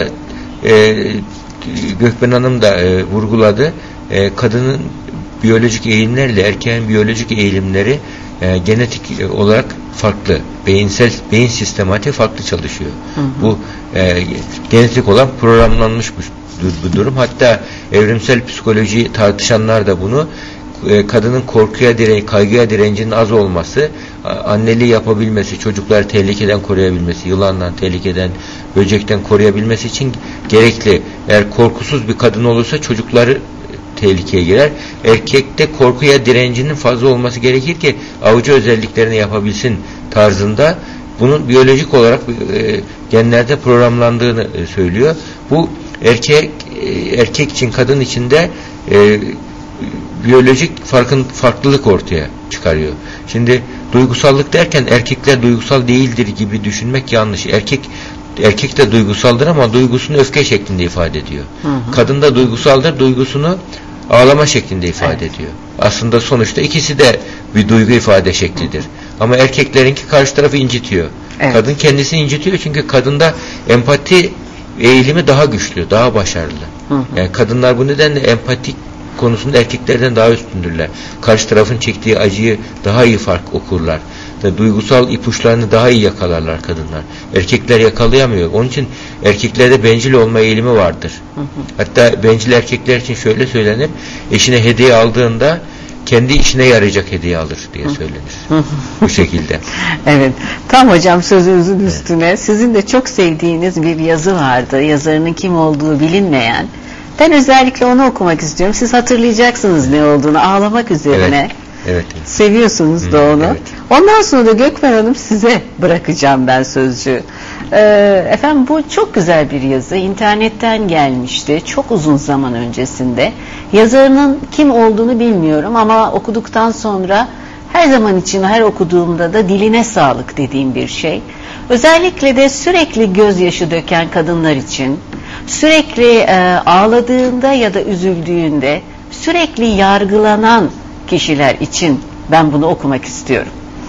Gökben Hanım da vurguladı. Kadının biyolojik eğilimlerle erkeğin biyolojik eğilimleri genetik olarak farklı. Beyin sistematiği farklı çalışıyor. Bu genetik olan programlanmış bu durum. Hatta evrimsel psikolojiyi tartışanlar da bunu, kadının kaygıya direncinin az olması, anneliği yapabilmesi, çocukları tehlikeden koruyabilmesi, yılandan, tehlikeden, böcekten koruyabilmesi için gerekli. Eğer korkusuz bir kadın olursa çocukları tehlikeye girer. erkekte korkuya direncinin fazla olması gerekir ki avcı özelliklerini yapabilsin tarzında, bunun biyolojik olarak genlerde programlandığını söylüyor. Bu erkek için kadın için de biyolojik farklılık ortaya çıkarıyor. Şimdi duygusallık derken erkekler duygusal değildir gibi düşünmek yanlış. Erkek de duygusaldır ama duygusunu öfke şeklinde ifade ediyor. Kadın da duygusaldır, duygusunu ağlama şeklinde ifade ediyor. Aslında sonuçta ikisi de bir duygu ifade şeklidir. Ama erkeklerinki karşı tarafı incitiyor. Evet. Kadın kendisini incitiyor çünkü kadında empati eğilimi daha güçlü, daha başarılı. Yani kadınlar bu nedenle empati konusunda erkeklerden daha üstündürler. Karşı tarafın çektiği acıyı daha iyi fark okurlar. Duygusal ipuçlarını daha iyi yakalarlar kadınlar. Erkekler yakalayamıyor. Onun için erkeklerde bencil olma eğilimi vardır. Hatta bencil erkekler için şöyle söylenir: eşine hediye aldığında kendi işine yarayacak hediye alır diye söylenir. Bu şekilde. Evet. Tam hocam sözünüzün üstüne sizin de çok sevdiğiniz bir yazı vardı. Yazarının kim olduğu bilinmeyen. Ben özellikle onu okumak istiyorum. Siz hatırlayacaksınız ne olduğunu. Ağlamak üzerine. Evet. Seviyorsunuz da onu. Evet. Ondan sonra da Gökmen Hanım size bırakacağım ben sözcüğü. Efendim bu çok güzel bir yazı. İnternetten gelmişti. Çok uzun zaman öncesinde. Yazarının kim olduğunu bilmiyorum ama okuduktan sonra her zaman için her okuduğumda da diline sağlık dediğim bir şey. Özellikle de sürekli gözyaşı döken kadınlar için, sürekli ağladığında ya da üzüldüğünde sürekli yargılanan kişiler için ben bunu okumak istiyorum.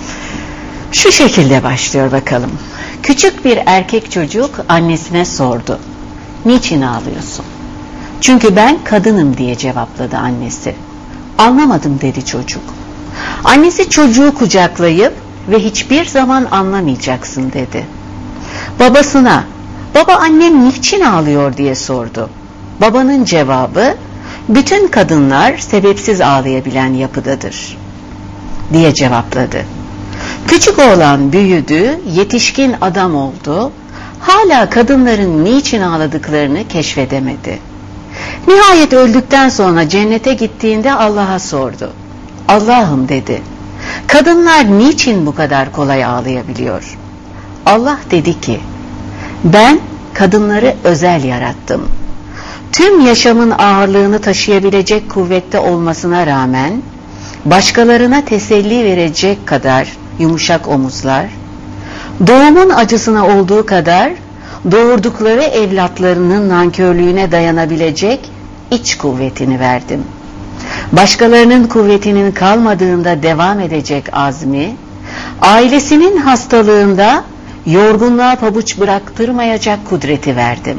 Şu şekilde başlıyor bakalım. Küçük bir erkek çocuk annesine sordu. Niçin ağlıyorsun? Çünkü ben kadınım diye cevapladı annesi. Anlamadım dedi çocuk. Annesi çocuğu kucaklayıp ve hiçbir zaman anlamayacaksın dedi. Babasına, baba annem niçin ağlıyor diye sordu. Babanın cevabı, bütün kadınlar sebepsiz ağlayabilen yapıdadır diye cevapladı. Küçük oğlan büyüdü, yetişkin adam oldu, hala kadınların niçin ağladıklarını keşfedemedi. Nihayet öldükten sonra cennete gittiğinde Allah'a sordu. Allah'ım dedi, kadınlar niçin bu kadar kolay ağlayabiliyor? Allah dedi ki, ben kadınları özel yarattım. Tüm yaşamın ağırlığını taşıyabilecek kuvvette olmasına rağmen başkalarına teselli verecek kadar yumuşak omuzlar, doğumun acısına olduğu kadar doğurdukları evlatlarının nankörlüğüne dayanabilecek iç kuvvetini verdim. Başkalarının kuvvetinin kalmadığında devam edecek azmi, ailesinin hastalığında yorgunluğa pabuç bıraktırmayacak kudreti verdim.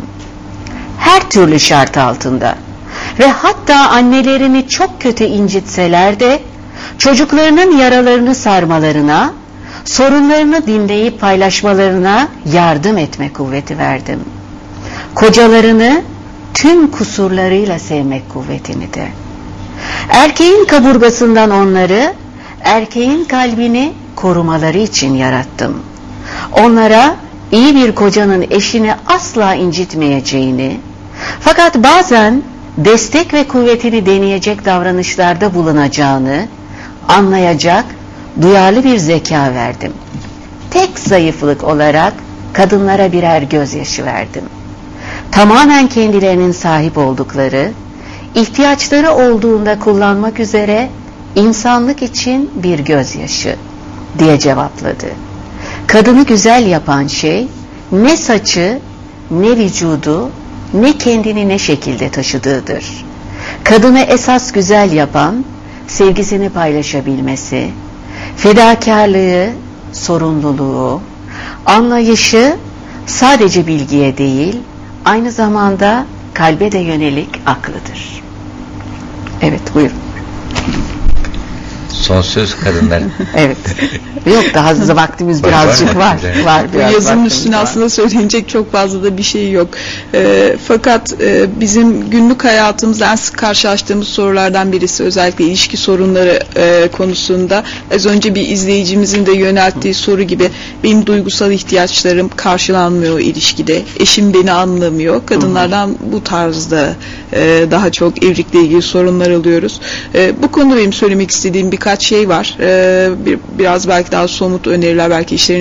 Her türlü şart altında ve hatta annelerini çok kötü incitseler de çocuklarının yaralarını sarmalarına, sorunlarını dinleyip paylaşmalarına yardım etme kuvveti verdim. Kocalarını tüm kusurlarıyla sevmek kuvvetini de. Erkeğin kaburgasından onları, erkeğin kalbini korumaları için yarattım. Onlara iyi bir kocanın eşini asla incitmeyeceğini, fakat bazen destek ve kuvvetini deneyecek davranışlarda bulunacağını anlayacak duyarlı bir zeka verdim. Tek zayıflık olarak kadınlara birer gözyaşı verdim. Tamamen kendilerinin sahip oldukları, ihtiyaçları olduğunda kullanmak üzere insanlık için bir gözyaşı diye cevapladı. Kadını güzel yapan şey ne saçı, ne vücudu, ne kendini ne şekilde taşıdığıdır. Kadını esas güzel yapan sevgisini paylaşabilmesi, fedakarlığı, sorumluluğu, anlayışı sadece bilgiye değil, aynı zamanda kalbe de yönelik aklıdır. Evet, buyurun. Son söz kadınlar. Evet. Yok, daha vaktimiz birazcık var. Bu yazının üstüne aslında söylenecek çok fazla da bir şey yok. Fakat bizim günlük hayatımızda en sık karşılaştığımız sorulardan birisi, özellikle ilişki sorunları konusunda, az önce bir izleyicimizin de yönelttiği soru gibi, benim duygusal ihtiyaçlarım karşılanmıyor ilişkide. Eşim beni anlamıyor. Kadınlardan bu tarzda daha çok evlilikle ilgili sorunlar alıyoruz. Bu konuda benim söylemek istediğim birkaç şey var. Biraz belki daha somut öneriler, belki işlerine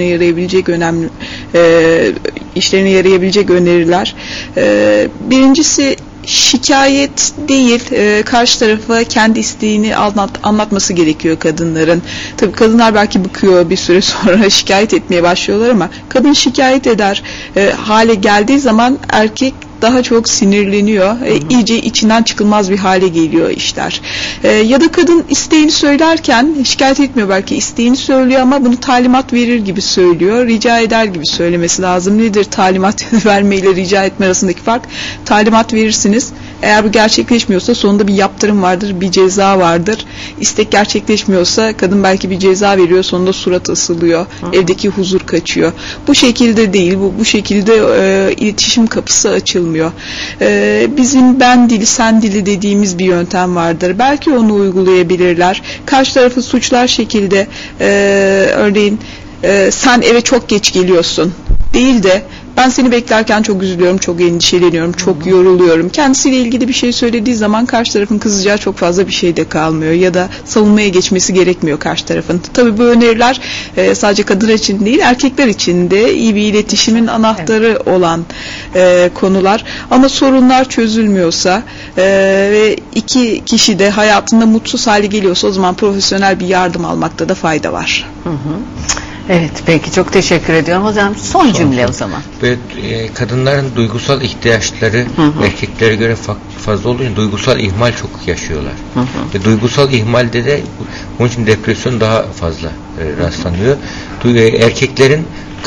yarayabilecek öneriler. Birincisi, şikayet değil, karşı tarafa kendi isteğini anlatması gerekiyor kadınların. Tabii kadınlar belki bıkıyor, bir süre sonra şikayet etmeye başlıyorlar, ama kadın şikayet eder hale geldiği zaman erkek daha çok sinirleniyor. İyice içinden çıkılmaz bir hale geliyor işler. Ya da kadın isteğini söylerken şikayet etmiyor, belki isteğini söylüyor ama bunu talimat verir gibi söylüyor. Rica eder gibi söylemesi lazım. Nedir talimat verme ile rica etme arasındaki fark? Talimat verirsiniz. Eğer bu gerçekleşmiyorsa sonunda bir yaptırım vardır, bir ceza vardır. İstek gerçekleşmiyorsa kadın belki bir ceza veriyor, sonunda surat asılıyor. Evdeki huzur kaçıyor. Bu şekilde değil, bu şekilde iletişim kapısı açılmıyor. Bizim ben dili, sen dili dediğimiz bir yöntem vardır. Belki onu uygulayabilirler. Karşı tarafı suçlar şekilde, örneğin sen eve çok geç geliyorsun değil de, ben seni beklerken çok üzülüyorum, çok endişeleniyorum, çok yoruluyorum. Kendisiyle ilgili bir şey söylediği zaman karşı tarafın kızacağı çok fazla bir şey de kalmıyor. Ya da savunmaya geçmesi gerekmiyor karşı tarafın. Tabii bu öneriler sadece kadınlar için değil, erkekler için de iyi bir iletişimin anahtarı olan konular. Ama sorunlar çözülmüyorsa ve iki kişi de hayatında mutsuz hale geliyorsa, o zaman profesyonel bir yardım almakta da fayda var. Evet, peki, çok teşekkür ediyorum. O zaman son cümle o zaman. Ve kadınların duygusal ihtiyaçları erkeklere göre fazla olduğu için duygusal ihmal çok yaşıyorlar. Ve duygusal ihmalde de bunun için depresyon daha fazla rastlanıyor. Erkeklerin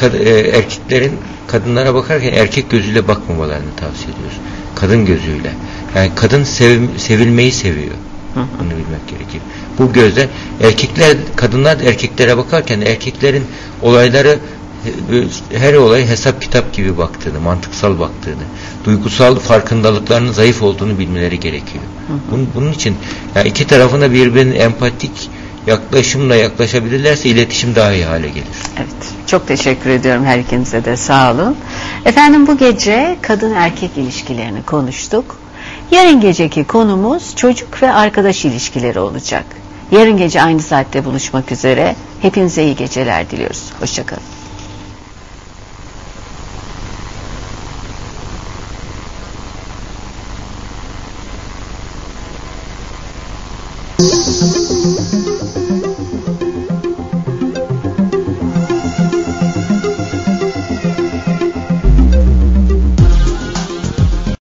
kadınlara bakarken erkek gözüyle bakmamalarını tavsiye ediyoruz. Kadın gözüyle. Yani kadın sevilmeyi seviyor. Bunu bilmek gerekir. Bu gözden kadınlar erkeklere bakarken erkeklerin olayları, her olay hesap kitap gibi baktığını, mantıksal baktığını, duygusal farkındalıklarının zayıf olduğunu bilmeleri gerekiyor. Bunun için yani iki tarafına birbirinin empatik yaklaşımla yaklaşabilirlerse iletişim daha iyi hale gelir. Evet, çok teşekkür ediyorum her ikinize de, sağ olun. Efendim, bu gece kadın erkek ilişkilerini konuştuk. Yarın geceki konumuz çocuk ve arkadaş ilişkileri olacak. Yarın gece aynı saatte buluşmak üzere. Hepinize iyi geceler diliyoruz. Hoşça kalın.